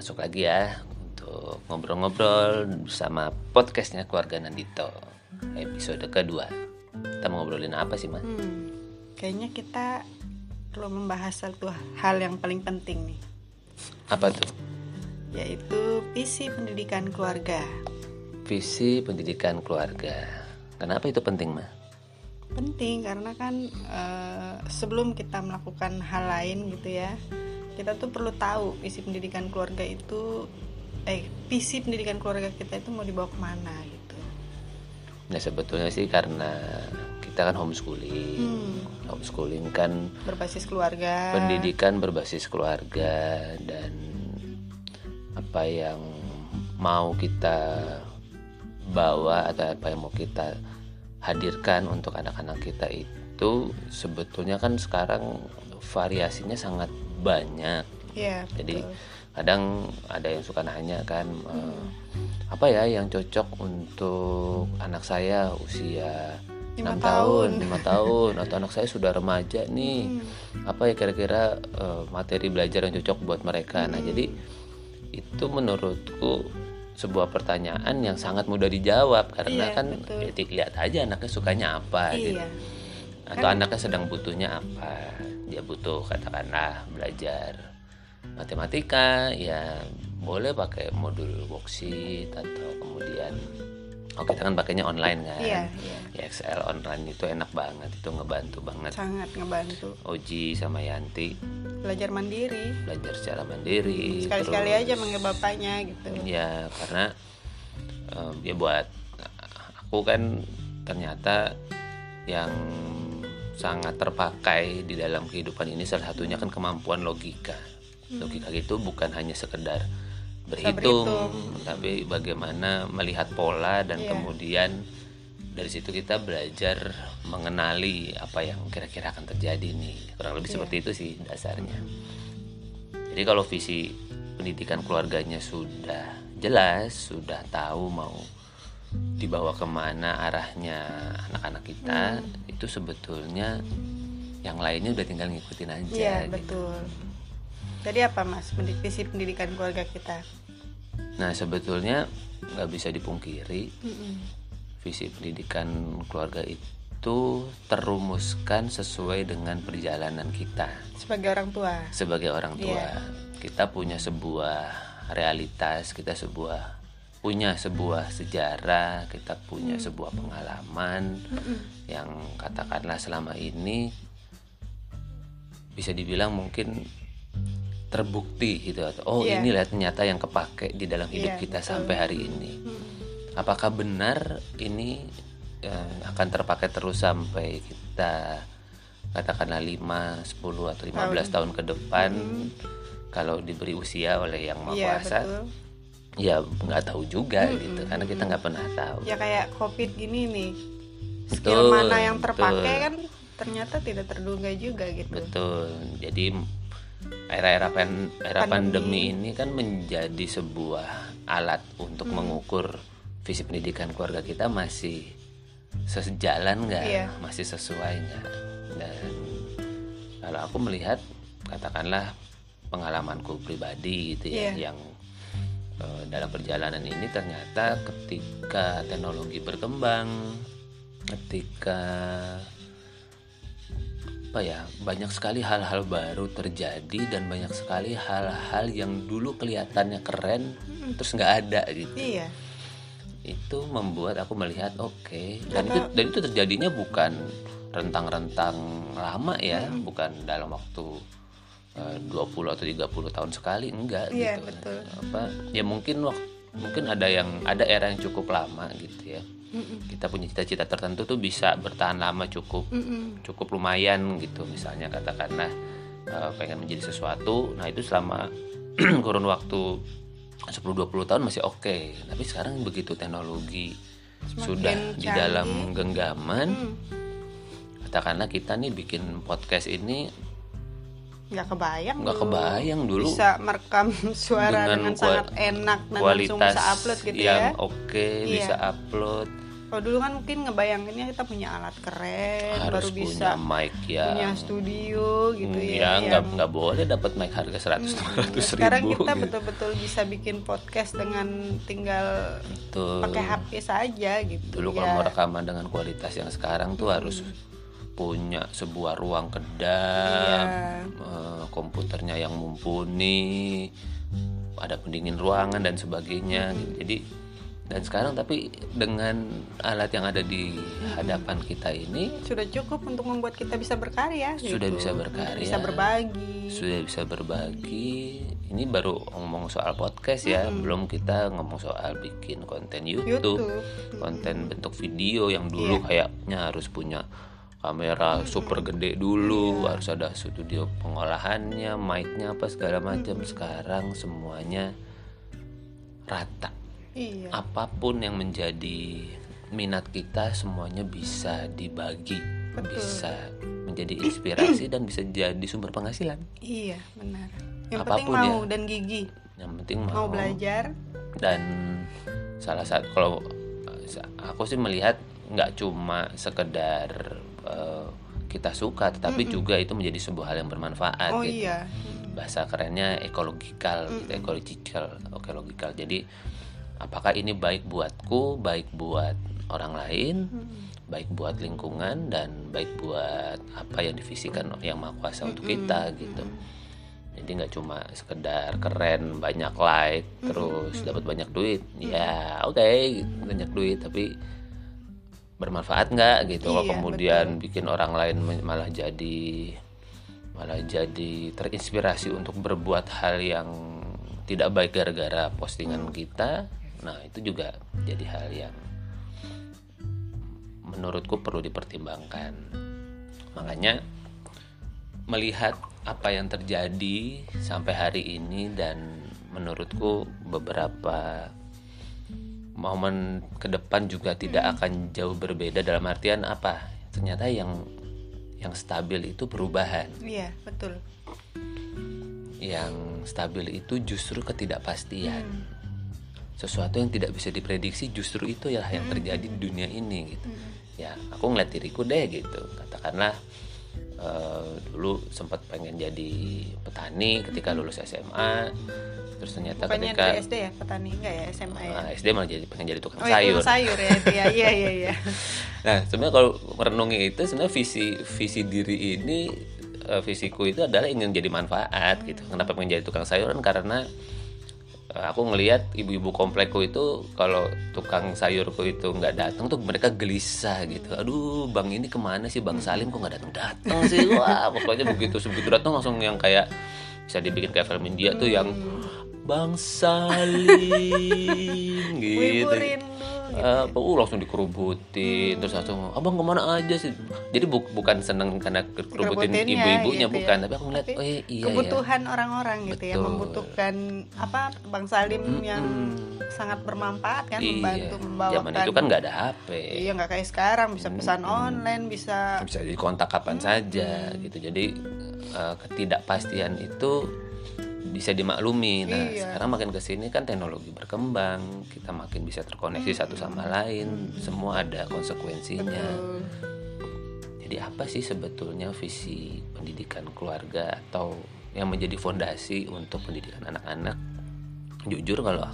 masuk lagi ya untuk ngobrol-ngobrol bersama podcastnya Keluarga Nandito episode kedua. Kita mau ngobrolin apa sih, Ma? Kayaknya kita perlu membahas satu hal yang paling penting nih. Apa tuh? Yaitu visi pendidikan keluarga. Visi pendidikan keluarga. Kenapa itu penting, Ma? Penting karena kan sebelum kita melakukan hal lain gitu ya, kita tuh perlu tahu visi pendidikan keluarga itu visi pendidikan keluarga kita itu mau dibawa kemana gitu. Nah sebetulnya sih karena kita kan homeschooling kan berbasis keluarga, pendidikan berbasis keluarga, dan apa yang mau kita bawa atau apa yang mau kita hadirkan untuk anak-anak kita itu sebetulnya kan sekarang variasinya sangat banyak. Ya, jadi betul. Kadang ada yang suka nanya kan, apa ya yang cocok untuk anak saya usia 6 tahun, 5 tahun, atau anak saya sudah remaja nih, apa ya kira-kira materi belajar yang cocok buat mereka. Nah jadi itu menurutku sebuah pertanyaan yang sangat mudah dijawab karena lihat aja anaknya sukanya apa gitu. Atau anaknya sedang butuhnya apa. Dia butuh katakanlah belajar matematika, ya boleh pakai modul worksheet, atau kemudian kita kan pakainya online kan. Ya, Excel online itu enak banget, itu ngebantu banget. Sangat ngebantu. Oji sama Yanti belajar secara mandiri. Sekali-sekali aja manggil bapaknya gitu. Ya karena ya buat aku kan ternyata yang sangat terpakai di dalam kehidupan ini salah satunya kan kemampuan logika. Logika itu bukan hanya sekedar berhitung, tapi bagaimana melihat pola dan kemudian dari situ kita belajar mengenali apa yang kira-kira akan terjadi nih. Kurang lebih seperti itu sih dasarnya. Jadi kalau visi pendidikan keluarganya sudah jelas, sudah tahu mau dibawa kemana arahnya anak-anak kita, itu sebetulnya yang lainnya udah tinggal ngikutin aja. Iya, gitu. Betul. Jadi apa Mas visi pendidikan keluarga kita? Nah sebetulnya nggak bisa dipungkiri, visi pendidikan keluarga itu terumuskan sesuai dengan perjalanan kita sebagai orang tua. Kita punya sebuah realitas, kita punya sebuah sejarah, kita punya sebuah pengalaman yang katakanlah selama ini bisa dibilang mungkin terbukti gitu. Inilah ternyata yang kepake di dalam hidup kita sampai hari ini. Apakah benar ini akan terpakai terus sampai kita katakanlah 5, 10 atau 15 tahun ke depan kalau diberi usia oleh Yang Maha Kuasa? Ya nggak tahu juga gitu, karena kita nggak pernah tahu. Ya kayak COVID gini nih, skill mana yang terpakai kan ternyata tidak terduga juga gitu. Betul. Jadi era pandemi ini kan menjadi sebuah alat untuk mengukur visi pendidikan keluarga kita masih sejalan nggak, masih sesuai nggak. Dan kalau aku melihat katakanlah pengalamanku pribadi gitu ya, yang dalam perjalanan ini ternyata ketika teknologi berkembang, ketika banyak sekali hal-hal baru terjadi dan banyak sekali hal-hal yang dulu kelihatannya keren terus nggak ada gitu. Itu membuat aku melihat dan itu terjadinya bukan rentang-rentang lama ya, bukan dalam waktu 20 atau 30 tahun sekali, enggak gitu. Betul. Ya mungkin ada era yang cukup lama gitu ya. Kita punya cita-cita tertentu tuh bisa bertahan lama cukup lumayan gitu. Misalnya katakanlah pengen menjadi sesuatu, nah itu selama kurun waktu 10-20 tahun masih oke. Tapi sekarang begitu teknologi sudah di dalam genggaman, katakanlah kita nih bikin podcast ini nggak kebayang dulu bisa merekam suara dengan sangat enak dan kualitas langsung bisa upload gitu yang ya. bisa upload Kalau dulu kan mungkin ngebayanginnya kita punya alat keren, harus baru punya bisa mic yang punya studio gitu ya yang nggak boleh dapat mic harga 100-200 ribu. sekarang kita gitu. betul-betul bisa bikin podcast dengan tinggal Betul. pakai HP saja gitu. Dulu kalau mau rekaman dengan kualitas yang sekarang tuh harus punya sebuah ruang kedap, komputernya yang mumpuni, ada pendingin ruangan dan sebagainya gitu. Jadi dan sekarang tapi dengan alat yang ada di hadapan kita ini sudah cukup untuk membuat kita bisa berkarya sudah gitu. bisa berkarya, bisa berbagi. sudah bisa berbagi. Ini baru ngomong soal podcast ya, belum kita ngomong soal bikin konten YouTube. Konten bentuk video yang dulu kayaknya harus punya kamera super gede dulu, harus ada studio pengolahannya, mic-nya apa segala macam. Sekarang semuanya rata. Iya. Apapun yang menjadi minat kita semuanya bisa dibagi. Betul. Bisa menjadi inspirasi dan bisa jadi sumber penghasilan. Iya, benar. Yang Apapun penting mau ya. dan gigi. Yang penting Mau belajar. Dan salah satu, kalau aku sih melihat nggak cuma sekedar kita suka, tetapi juga itu menjadi sebuah hal yang bermanfaat. Oh gitu. iya. Bahasa kerennya ekologikal, gitu, ekological. Jadi apakah ini baik buatku, baik buat orang lain, baik buat lingkungan, dan baik buat apa yang divisikan Yang Maha Kuasa untuk kita gitu. Jadi nggak cuma sekedar keren, banyak like, terus dapat banyak duit. Ya oke, banyak duit, tapi bermanfaat nggak gitu? Kalau kemudian bikin orang lain malah jadi terinspirasi untuk berbuat hal yang tidak baik gara-gara postingan kita. Nah itu juga jadi hal yang menurutku perlu dipertimbangkan. Makanya melihat apa yang terjadi sampai hari ini, dan menurutku beberapa momen ke depan juga tidak akan jauh berbeda, dalam artian apa? Ternyata yang stabil itu perubahan. Iya, betul. Yang stabil itu justru ketidakpastian. Sesuatu yang tidak bisa diprediksi justru itu ya yang terjadi di dunia ini gitu. Ya, aku ngeliat diriku deh gitu. Katakanlah dulu sempat pengen jadi petani ketika lulus SMA. Terus ternyata bukannya ketika dari SD ya, petani enggak ya, SMA ya? SD malah pengen jadi tukang sayur. sayur. Tukang sayur ya itu ya. Iya. Nah, sebenarnya kalau merenungi itu, sebenarnya visi diri ini, visiku itu adalah ingin jadi manfaat gitu. Kenapa pengen jadi tukang sayur? Karena aku ngelihat ibu-ibu komplekku itu kalau tukang sayurku itu nggak datang tuh mereka gelisah gitu. Aduh, bang ini kemana sih, Bang Salim kok nggak datang sih? Wah, pokoknya begitu datang langsung yang kayak bisa dibikin kayak film India tuh yang Bang Salim gitu. Langsung dikerubutin, terus langsung abang kemana aja sih? Jadi bukan seneng karena kerubutin ibu-ibunya gitu ya. Tapi aku ngeliat iya kebutuhan ya. Orang-orang gitu. Betul. Yang membutuhkan Bang Salim yang sangat bermanfaat kan, membantu membawakan. Zaman itu kan nggak ada HP. Iya, nggak kayak sekarang bisa pesan online, bisa dikontak kapan saja gitu. Jadi ketidakpastian itu bisa dimaklumi. Nah, sekarang makin kesini kan teknologi berkembang, kita makin bisa terkoneksi satu sama lain, semua ada konsekuensinya. Jadi apa sih sebetulnya visi pendidikan keluarga atau yang menjadi fondasi untuk pendidikan anak-anak? Jujur kalau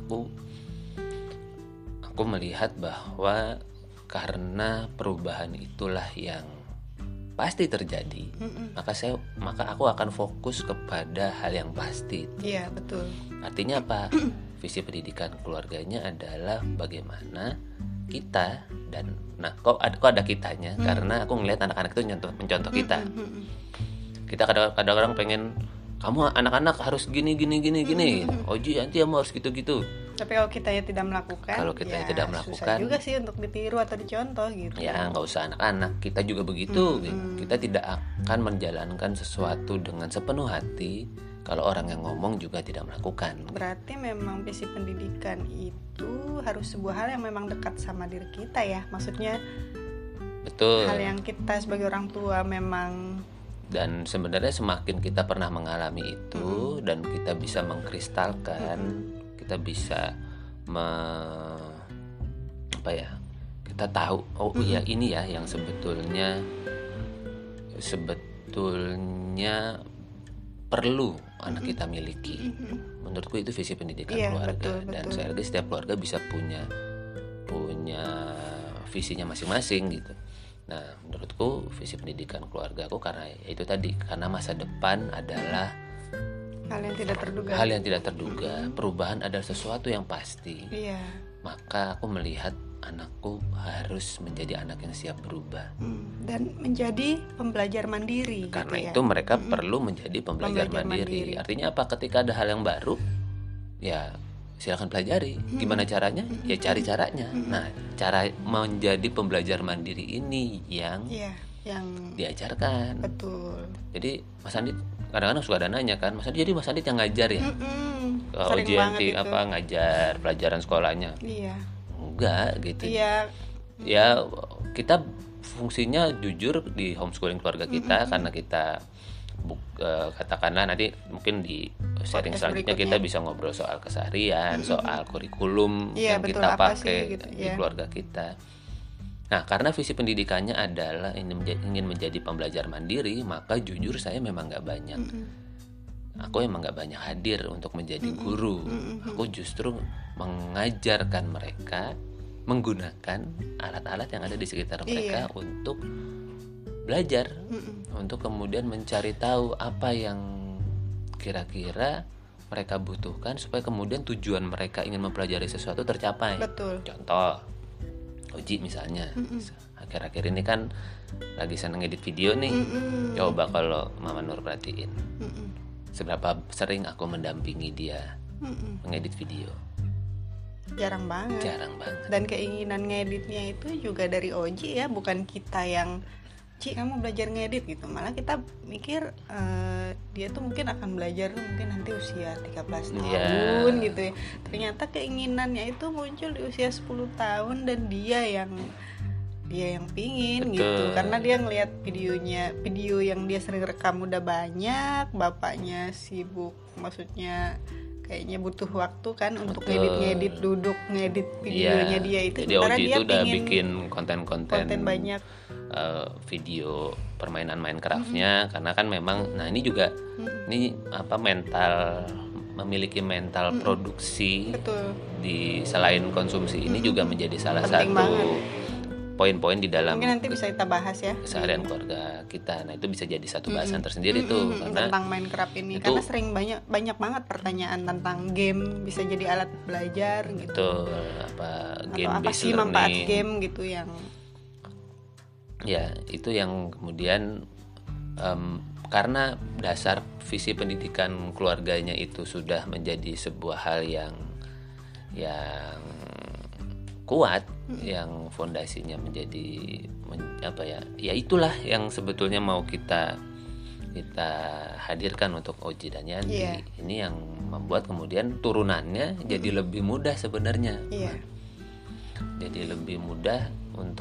aku melihat bahwa karena perubahan itulah yang pasti terjadi, maka aku akan fokus kepada hal yang pasti. Iya, betul. Artinya apa? Visi pendidikan keluarganya adalah bagaimana kita kok ada kitanya, karena aku ngelihat anak-anak itu mencontoh kita. Kita kadang-kadang pengen kamu anak-anak harus gini. Oji nanti kamu harus gitu. Tapi kalau kita tidak melakukan, tidak melakukan, susah juga sih untuk ditiru atau dicontoh gitu. Ya nggak usah anak-anak, kita juga begitu. Kita tidak akan menjalankan sesuatu dengan sepenuh hati kalau orang yang ngomong juga tidak melakukan. Berarti memang visi pendidikan itu harus sebuah hal yang memang dekat sama diri kita ya. Maksudnya betul. Hal yang kita sebagai orang tua memang. Dan sebenarnya semakin kita pernah mengalami itu dan kita bisa mengkristalkan, kita bisa kita tahu ya ini ya yang sebetulnya perlu anak kita miliki. Menurutku itu visi pendidikan keluarga. Betul. Dan sekali lagi setiap keluarga bisa punya visinya masing-masing gitu. Nah, menurutku visi pendidikan keluarga aku karena itu tadi, karena masa depan adalah hal yang tidak terduga. Perubahan adalah sesuatu yang pasti. Iya. Maka aku melihat anakku harus menjadi anak yang siap berubah dan menjadi pembelajar mandiri. Karena gitu ya. itu mereka perlu menjadi pembelajar mandiri. Artinya apa? Ketika ada hal yang baru, ya silakan pelajari. Gimana caranya? Ya cari caranya. Nah, cara menjadi pembelajar mandiri ini yang diajarkan. Betul. Jadi Mas Andi kadang-kadang suka ada nanya kan, Mas Andi yang ngajar ya? Sering ujian banget itu. Ngajar pelajaran sekolahnya? Iya. Enggak gitu. Iya. Ya kita fungsinya jujur di homeschooling keluarga kita karena kita katakanlah nanti mungkin di sharing Podcast selanjutnya berikutnya. kita bisa ngobrol soal keseharian, soal kurikulum yang betul, kita apa pakai sih, gitu, di keluarga kita. Nah, karena visi pendidikannya adalah ingin menjadi pembelajar mandiri, maka jujur saya memang nggak banyak. Aku emang nggak banyak hadir untuk menjadi guru. Aku justru mengajarkan mereka menggunakan alat-alat yang ada di sekitar mereka untuk belajar, untuk kemudian mencari tahu apa yang kira-kira mereka butuhkan supaya kemudian tujuan mereka ingin mempelajari sesuatu tercapai. Betul. Contoh, Oji misalnya, akhir-akhir ini kan lagi seneng edit video nih. Coba kalau Mama Nur perhatiin, seberapa sering aku mendampingi dia mengedit video? Jarang banget. Dan keinginan ngeditnya itu juga dari Oji ya, bukan kita yang Ci kamu belajar ngedit gitu. Malah kita mikir dia tuh mungkin akan belajar mungkin nanti usia 13 tahun gitu ya. Ternyata keinginannya itu muncul di usia 10 tahun dan dia yang pingin. Betul. Gitu. Karena dia ngelihat video yang dia sering rekam udah banyak, bapaknya sibuk, maksudnya kayaknya butuh waktu kan untuk ngedit ngedit videonya dia itu. Jadi Oji dia itu udah pingin bikin konten banyak. Video permainan Minecraft-nya karena kan memang ini juga ini memiliki mental produksi. Betul. Di selain konsumsi ini juga menjadi salah penting satu banget. Poin-poin di dalam mungkin nanti bisa kita bahas ya keseharian keluarga kita. Nah, itu bisa jadi satu bahasan tersendiri tuh karena tentang Minecraft ini itu, karena sering banyak banget pertanyaan tentang game bisa jadi alat belajar gitu. Betul, game atau apa based sih manfaat learning. game gitu yang Ya, itu yang kemudian karena dasar visi pendidikan keluarganya itu sudah menjadi sebuah hal yang kuat, yang fondasinya menjadi ya itulah yang sebetulnya mau kita hadirkan untuk Oji dan Yanti. Ini yang membuat kemudian turunannya jadi lebih mudah sebenarnya. Jadi lebih mudah untuk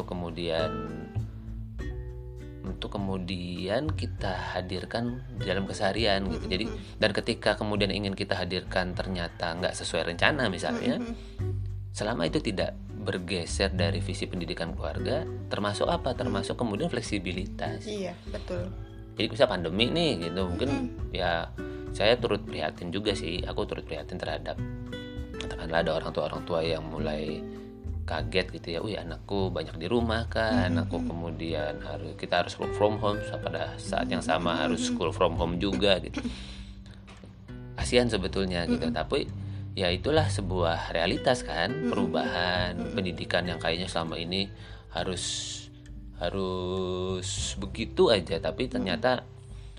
kemudian kita hadirkan di dalam keseharian gitu. Jadi dan ketika kemudian ingin kita hadirkan ternyata nggak sesuai rencana misalnya, selama itu tidak bergeser dari visi pendidikan keluarga, termasuk kemudian fleksibilitas. Iya, betul. Jadi bisa pandemi nih gitu, mungkin ya saya turut prihatin juga sih. Aku turut prihatin terhadap katakanlah ada orang tua yang mulai kaget gitu ya, anakku banyak di rumah kan, anakku kemudian kita harus work from home, pada saat yang sama harus school from home juga gitu. Kasihan sebetulnya gitu, tapi ya itulah sebuah realitas kan, perubahan pendidikan yang kayaknya selama ini harus begitu aja, tapi ternyata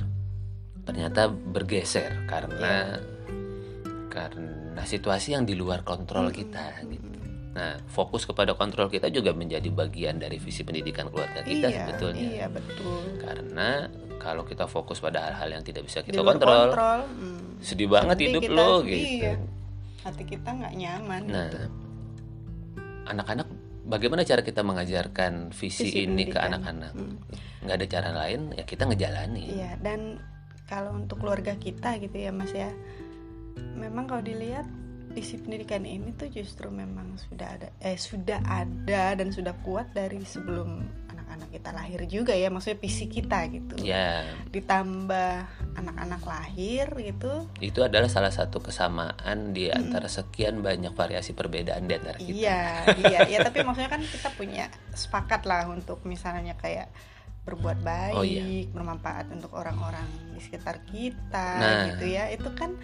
bergeser karena situasi yang di luar kontrol kita gitu. Nah, fokus kepada kontrol kita juga menjadi bagian dari visi pendidikan keluarga kita sebetulnya. Iya, betul. Karena kalau kita fokus pada hal-hal yang tidak bisa kita kontrol, sedih banget hidup lo gitu. Iya. Hati kita nggak nyaman. Nah, gitu. Anak-anak, bagaimana cara kita mengajarkan visi ini ke anak-anak? Nggak ada cara lain, ya kita ngejalani. Iya, dan kalau untuk keluarga kita gitu ya Mas ya, memang kalau dilihat visi pendidikan ini tuh justru memang sudah ada dan sudah kuat dari sebelum anak-anak kita lahir juga ya, maksudnya visi kita gitu. Ditambah anak-anak lahir gitu. Itu adalah salah satu kesamaan di antara sekian banyak variasi perbedaan di antara kita. Iya, tapi maksudnya kan kita punya sepakat lah untuk misalnya kayak berbuat baik, bermanfaat untuk orang-orang di sekitar kita gitu ya. Itu kan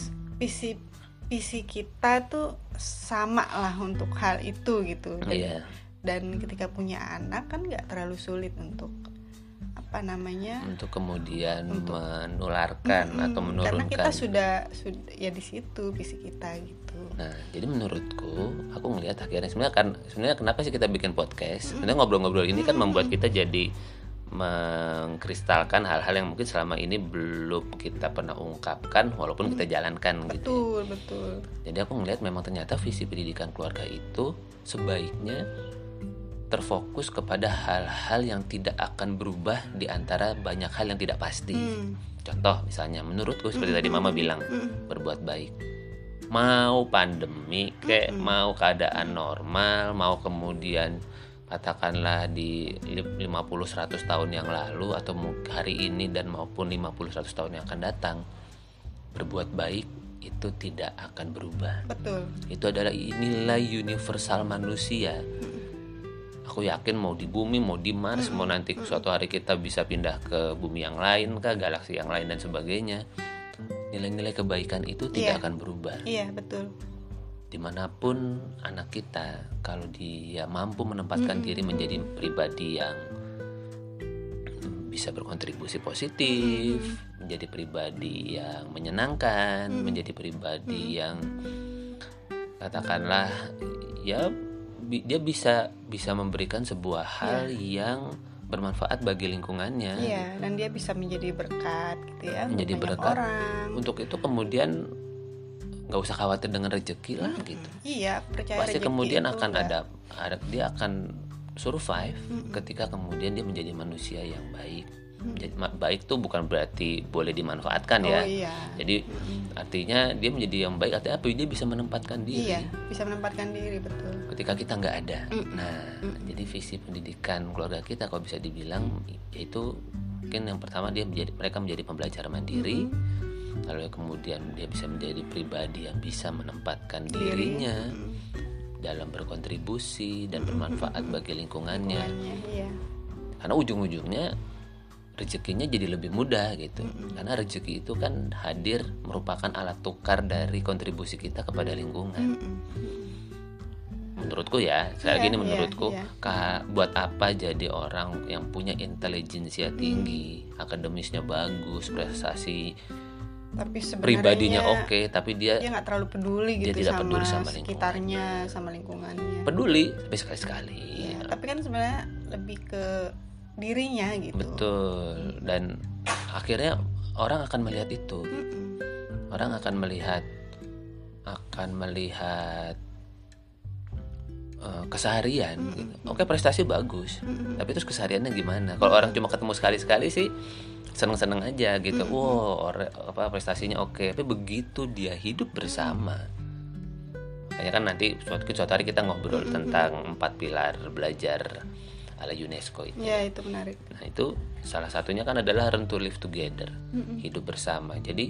visi kita tuh sama lah untuk hal itu gitu. Dan ketika punya anak kan nggak terlalu sulit untuk untuk kemudian menularkan atau menurunkan. Karena kita sudah ya di situ visi kita gitu. Nah, jadi menurutku aku ngelihat akhirnya sebenarnya kenapa sih kita bikin podcast? Sebenarnya ngobrol-ngobrol ini kan membuat kita jadi mengkristalkan hal-hal yang mungkin selama ini belum kita pernah ungkapkan walaupun kita jalankan gitu. Betul. Jadi aku ngelihat memang ternyata visi pendidikan keluarga itu sebaiknya terfokus kepada hal-hal yang tidak akan berubah di antara banyak hal yang tidak pasti. Contoh misalnya menurutku seperti tadi Mama bilang, berbuat baik. Mau pandemi kayak mau keadaan normal, mau kemudian katakanlah di 50-100 tahun yang lalu atau hari ini dan maupun 50-100 tahun yang akan datang, berbuat baik itu tidak akan berubah. Betul. Itu adalah nilai universal manusia. Aku yakin mau di bumi, mau di Mars, mau nanti suatu hari kita bisa pindah ke bumi yang lain, ke galaksi yang lain dan sebagainya, nilai-nilai kebaikan itu tidak akan berubah. Iya, betul. Dimanapun anak kita, kalau dia mampu menempatkan diri menjadi pribadi yang bisa berkontribusi positif, menjadi pribadi yang menyenangkan, menjadi pribadi yang katakanlah ya dia bisa memberikan sebuah hal yang bermanfaat bagi lingkungannya. Iya, dan dia bisa menjadi berkat gitu ya. Menjadi berkat orang. Untuk itu kemudian nggak usah khawatir dengan rezeki lah gitu. Iya, percaya pasti rezeki kemudian itu akan ada dia akan survive ketika kemudian dia menjadi manusia yang baik. Jadi, baik tuh bukan berarti boleh dimanfaatkan ya. Iya. Jadi artinya dia menjadi yang baik artinya apa? Dia bisa menempatkan diri. Iya, bisa menempatkan diri, betul. Ketika kita nggak ada. Jadi visi pendidikan keluarga kita kalau bisa dibilang yaitu mungkin yang pertama mereka menjadi pembelajar mandiri. Lalu kemudian dia bisa menjadi pribadi yang bisa menempatkan dirinya dalam berkontribusi dan bermanfaat bagi lingkungannya. Iya. Karena ujung-ujungnya rezekinya jadi lebih mudah gitu. Karena rezeki itu kan hadir merupakan alat tukar dari kontribusi kita kepada lingkungan. Menurutku ya, menurutku buat apa jadi orang yang punya intelijensia tinggi, akademisnya bagus, prestasi tapi pribadinya oke, tapi dia nggak terlalu peduli gitu, dia tidak peduli sama sekitarnya, sama lingkungannya. Peduli tapi sekali-sekali. Ya, tapi kan sebenarnya lebih ke dirinya gitu. Betul. Dan akhirnya orang akan melihat itu. Orang akan melihat keseharian gitu. Oke, prestasi bagus. Tapi terus kesehariannya gimana? Kalau orang cuma ketemu sekali-sekali sih seneng-seneng aja gitu. Prestasinya oke. Tapi begitu dia hidup bersama, kayaknya kan nanti suatu hari kita ngobrol tentang 4 pilar belajar ala UNESCO itu. Ya, itu menarik. Nah, itu salah satunya kan adalah learn to live together, hidup bersama. Jadi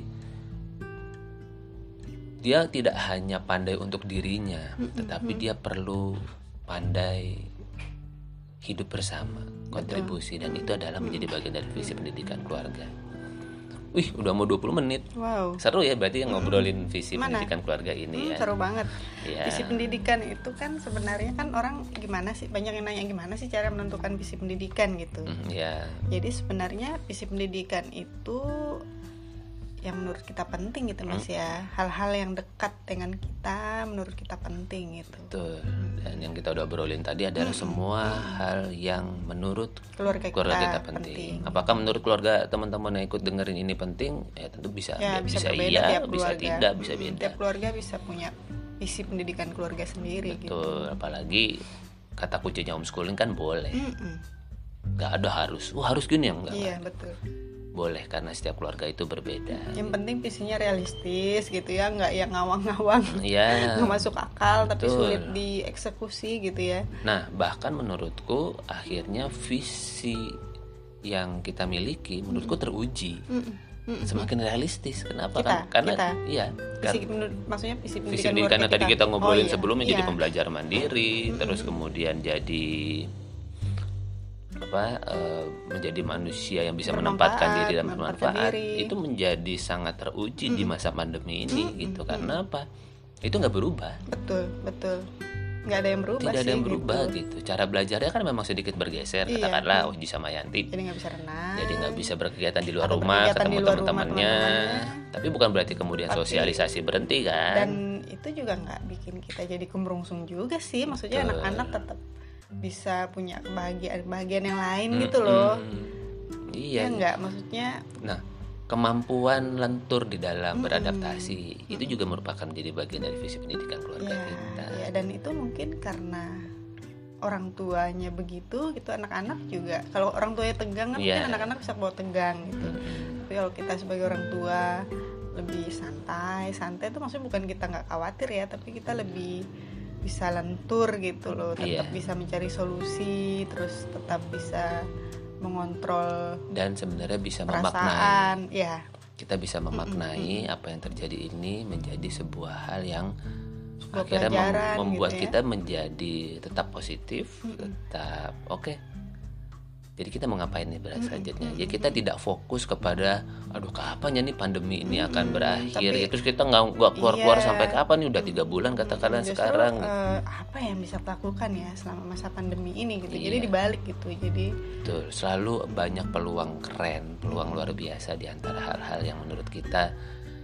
dia tidak hanya pandai untuk dirinya, tetapi dia perlu pandai hidup bersama, kontribusi. Dan itu adalah menjadi bagian dari visi pendidikan keluarga. Wih, udah mau 20 menit. Wow. Seru ya berarti yang ngobrolin visi pendidikan keluarga ini ya. Seru banget. Ya. Visi pendidikan itu kan sebenarnya kan orang gimana sih, banyak yang nanya gimana sih cara menentukan visi pendidikan gitu. Jadi sebenarnya visi pendidikan itu yang menurut kita penting gitu Mas ya. Hal-hal yang dekat dengan kita menurut kita penting gitu. Betul. Dan yang kita udah obrolin tadi adalah semua hal yang menurut keluarga kita penting. Apakah menurut keluarga teman-teman yang ikut dengerin ini penting? Ya tentu bisa iya, bisa tidak, bisa beda. Tiap keluarga bisa punya visi pendidikan keluarga sendiri. Betul. Gitu. Apalagi kata kuncinya homeschooling kan boleh. Gak ada harus. Harus gini ya enggak. Iya, betul. boleh, karena setiap keluarga itu berbeda. Yang penting visinya realistis gitu ya, nggak yang ngawang-ngawang, ya, nggak masuk akal tapi betul. sulit dieksekusi gitu ya. Nah, bahkan menurutku akhirnya visi yang kita miliki menurutku teruji. Semakin realistis. Kenapa? Karena iya, maksudnya visi pendidikan karena tadi kita ngobrolin sebelumnya jadi pembelajar mandiri, terus kemudian jadi menjadi manusia yang bisa menempatkan diri dan bermanfaat, itu menjadi sangat teruji di masa pandemi ini gitu. Karena apa? Itu nggak berubah. Betul. Nggak ada yang berubah. Tidak ada yang berubah gitu. Cara belajarnya kan memang sedikit bergeser. Katakanlah Oji sama Yanti. Jadi nggak bisa renang. Jadi nggak bisa berkegiatan di luar rumah, ketemu teman-temannya. Tapi bukan berarti kemudian sosialisasi berhenti kan? Dan itu juga nggak bikin kita jadi kemerungsung juga sih. Maksudnya anak-anak tetap bisa punya kebahagiaan yang lain gitu loh. Iya. Nggak, maksudnya. Nah, kemampuan lentur di dalam beradaptasi itu juga merupakan menjadi bagian dari visi pendidikan keluarga kita. Ya, dan itu mungkin karena orang tuanya begitu gitu, anak-anak juga. Kalau orang tuanya tegang kan mungkin anak-anak bisa bawa tegang gitu. Tapi kalau kita sebagai orang tua lebih santai itu maksudnya bukan kita nggak khawatir ya, tapi kita lebih bisa lentur gitu loh, tetap bisa mencari solusi, terus tetap bisa mengontrol dan sebenarnya bisa perasaan, memaknai. Kita bisa memaknai apa yang terjadi ini menjadi sebuah hal yang akhirnya membuat gitu ya, kita menjadi tetap positif, tetap oke. Jadi kita mau ngapain nih selanjutnya? Ya kita tidak fokus kepada aduh kapan ya nih pandemi ini akan berakhir. Ya, terus kita nggak keluar sampai kapan nih, udah 3 bulan katakanlah sekarang. Apa yang bisa lakukan ya selama masa pandemi ini gitu. Jadi dibalik gitu. Jadi betul, selalu banyak peluang keren, peluang luar biasa di antara hal-hal yang menurut kita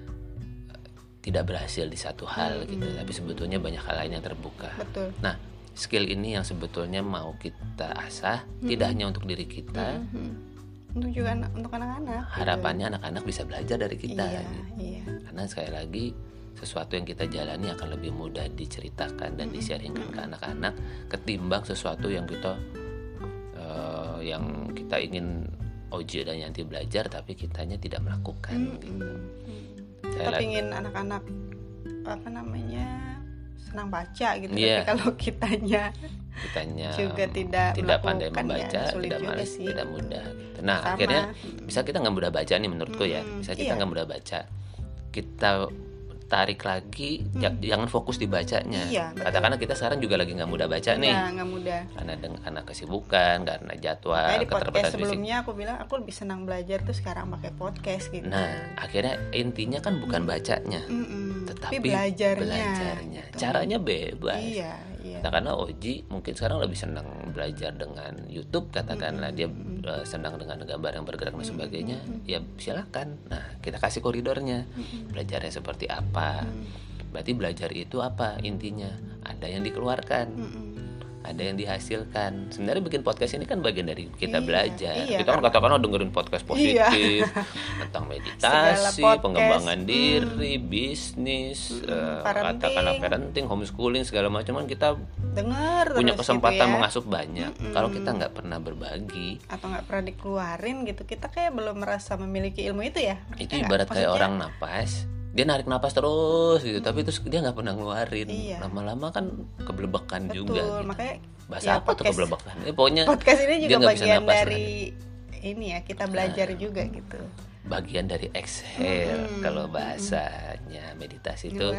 tidak berhasil di satu hal gitu. Tapi sebetulnya banyak hal lain yang terbuka. Betul. Nah, skill ini yang sebetulnya mau kita asah tidak hanya untuk diri kita, untuk juga untuk anak-anak. Harapannya anak-anak bisa belajar dari kita. Iya. Karena sekali lagi sesuatu yang kita jalani akan lebih mudah diceritakan dan di-sharingkan ke anak-anak ketimbang sesuatu yang kita ingin Oji dan Yanti belajar tapi kitanya tidak melakukan. Gitu. Kita ingin anak-anak senang baca gitu, tapi kalau kitanya juga tidak pandai membaca, tidak malas, tidak mudah gitu. Nah, akhirnya bisa kita nggak mudah baca nih menurutku ya. Bisa kita nggak mudah baca. Kita tarik lagi, jangan fokus di bacanya. Katakanlah kita sekarang juga lagi nggak mudah baca nih. Nggak mudah. Karena kesibukan, karena jadwal, di podcast sebelumnya aku bilang aku lebih senang belajar tuh sekarang pakai podcast gitu. Nah, akhirnya intinya kan bukan bacanya, tetapi belajarnya. Gitu. Caranya bebas. Iya. Karena Oji mungkin sekarang lebih senang belajar dengan YouTube, katakanlah dia senang dengan gambar yang bergerak dan sebagainya. Ya silakan. Nah, kita kasih koridornya. Belajarnya seperti apa? Berarti belajar itu apa intinya? Ada yang dikeluarkan, ada yang dihasilkan. Sebenarnya bikin podcast ini kan bagian dari kita belajar. Kita kan katakanlah dengerin podcast positif tentang meditasi, pengembangan diri, bisnis, katakanlah parenting, homeschooling segala macam kan kita punya kesempatan gitu mengasuh banyak. Kalau kita nggak pernah berbagi atau nggak pernah dikeluarin gitu, kita kayak belum merasa memiliki ilmu itu ya. Itu ibarat kayak orang napas. Dia narik napas terus gitu, tapi terus dia nggak pernah ngeluarin. Lama-lama kan keblebekan juga. Gitu. Makanya bahasa apa tuh keblebekan? Pokoknya podcast ini juga bagian dari ini ya, kita belajar juga gitu. Bagian dari exhale kalau bahasanya meditasi itu.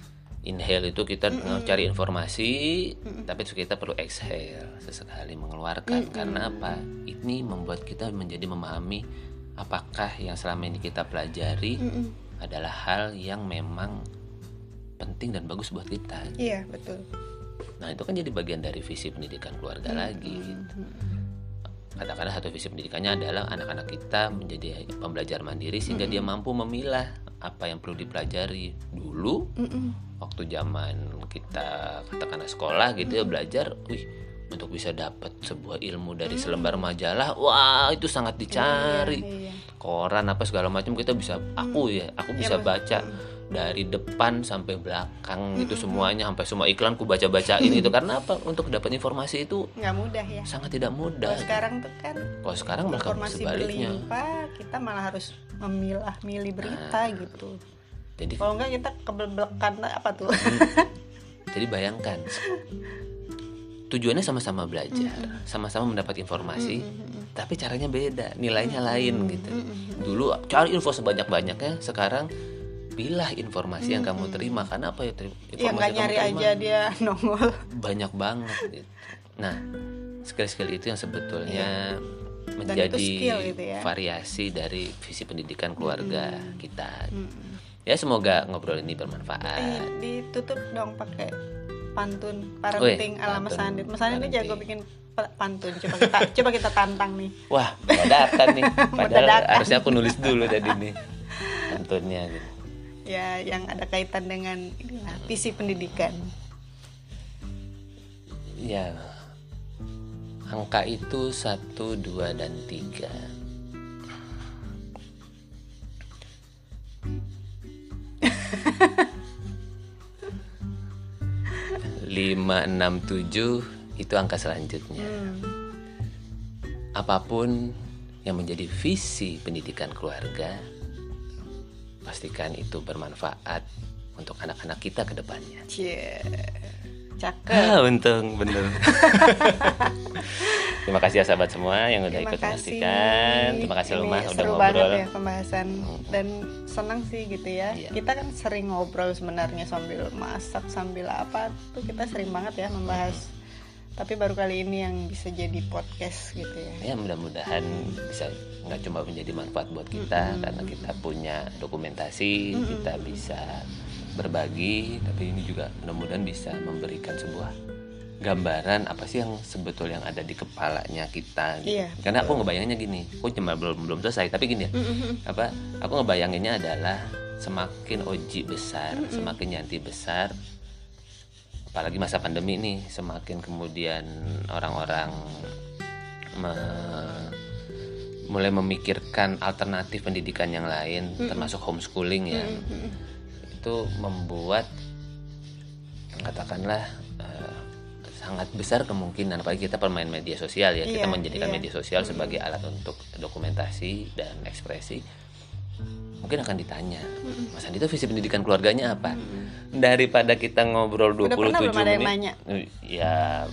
Inhale itu kita cari informasi, tapi terus kita perlu exhale, sesekali mengeluarkan. Karena apa? Ini membuat kita menjadi memahami apakah yang selama ini kita pelajari adalah hal yang memang penting dan bagus buat kita. Iya, betul. Nah, itu kan jadi bagian dari visi pendidikan keluarga lagi gitu. Katakanlah satu visi pendidikannya adalah anak-anak kita menjadi pembelajar mandiri sehingga dia mampu memilah apa yang perlu dipelajari dulu. Waktu zaman kita katakanlah sekolah gitu ya, belajar, untuk bisa dapat sebuah ilmu dari selembar majalah, wah itu sangat dicari. Koran apa segala macam kita bisa, aku bisa baca dari depan sampai belakang itu semuanya, sampai semua iklan ku bacain itu. Karena apa? Untuk dapat informasi itu nggak mudah ya, sangat tidak mudah. Kalau sekarang malah informasi sebaliknya berlimpah, kita malah harus memilah-milih berita gitu. Jadi kalau enggak kita kebelbekan apa tuh. Jadi bayangkan, tujuannya sama-sama belajar, sama-sama mendapat informasi, tapi caranya beda, nilainya lain gitu. Dulu cari info sebanyak-banyaknya, sekarang pilah informasi yang kamu terima. Karena apa ya, informasi yang nggak nyari aja dia nongol banyak banget gitu. Nah, skill-skill itu yang sebetulnya menjadi gitu ya, variasi dari visi pendidikan keluarga kita. Ya, semoga ngobrol ini bermanfaat. Ditutup dong pakai pantun parenting ala Mas Andit. Mas Andit ini jago bikin pantun. Coba kita tantang nih. Wah, dadakan nih. Padahal harusnya aku nulis dulu tadi nih pantunnya gitu. Ya, yang ada kaitan dengan visi pendidikan. Ya, angka itu 1, 2, dan 3. 5, 6, 7 itu angka selanjutnya. Apapun yang menjadi visi pendidikan keluarga, pastikan itu bermanfaat untuk anak-anak kita ke depannya. Cakep. Untung bener. Terima kasih ya sahabat semua yang udah ikut menyaksikan. Terima kasih Luma udah ngobrol. Seru banget ya pembahasan, dan senang sih gitu ya. Iya. Kita kan sering ngobrol sebenarnya sambil masak, sambil apa tuh kita sering banget ya membahas. Tapi baru kali ini yang bisa jadi podcast gitu ya. Ya, mudah-mudahan bisa nggak cuma menjadi manfaat buat kita karena kita punya dokumentasi, kita bisa berbagi, tapi ini juga mudah-mudahan bisa memberikan sebuah gambaran apa sih yang sebetulnya yang ada di kepalanya kita gitu. Iya, Karena aku ngebayanginnya gini, aku cuma belum selesai, tapi gini ya, aku ngebayanginnya adalah semakin Oji besar, semakin Yanti besar, apalagi masa pandemi nih, semakin kemudian orang-orang mulai memikirkan alternatif pendidikan yang lain, termasuk homeschooling ya. Itu membuat katakanlah sangat besar kemungkinan, apalagi kita pemain media sosial ya, kita menjadikan media sosial sebagai alat untuk dokumentasi dan ekspresi. Mungkin akan ditanya, Mas Andi itu visi pendidikan keluarganya apa? Daripada kita ngobrol 27 menit, ya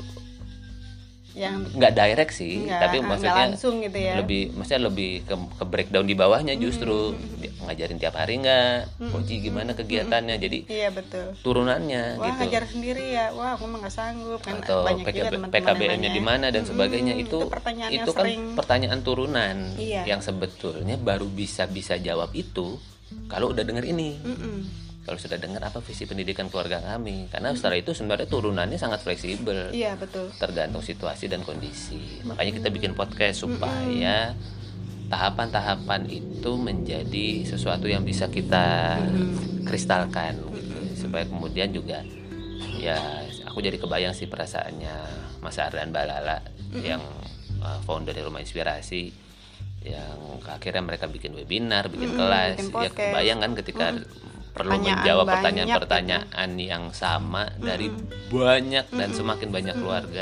yang nggak direct sih, tapi maksudnya langsung gitu ya. Lebih ke breakdown di bawahnya justru ngajarin tiap hari nggak, Oji gimana kegiatannya, jadi iya betul, turunannya wah, gitu. Ngajar sendiri ya, wah aku mah nggak sanggup kan, atau banyak juga teman-teman PKBM-nya di mana dan sebagainya, itu kan pertanyaan turunan yang sebetulnya baru bisa jawab itu kalau udah denger ini. Kalau sudah dengar apa visi pendidikan keluarga kami, karena setelah itu sebenarnya turunannya sangat fleksibel. Iya betul. Tergantung situasi dan kondisi. Makanya kita bikin podcast supaya tahapan-tahapan itu menjadi sesuatu yang bisa kita kristalkan, gitu. Supaya kemudian juga ya aku jadi kebayang sih perasaannya Mas Ardan Balala yang founder dari Rumah Inspirasi, yang akhirnya mereka bikin webinar, bikin kelas, ya kebayang kan ketika perlu menjawab pertanyaan-pertanyaan yang sama dari banyak dan semakin banyak keluarga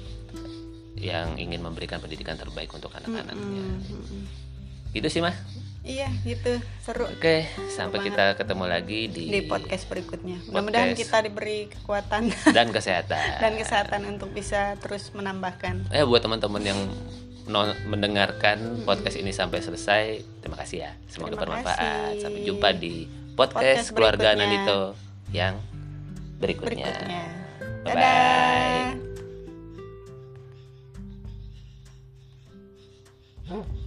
yang ingin memberikan pendidikan terbaik untuk anak-anaknya. Gitu sih, Mah. Iya, gitu. Seru. Oke, sampai kita ketemu lagi di podcast berikutnya. Mudah-mudahan kita diberi kekuatan dan kesehatan untuk bisa terus menambahkan. Buat teman-teman yang mendengarkan podcast ini sampai selesai, terima kasih ya. Semoga bermanfaat. Sampai jumpa di podcast keluarga Nandito yang berikutnya. Bye-bye.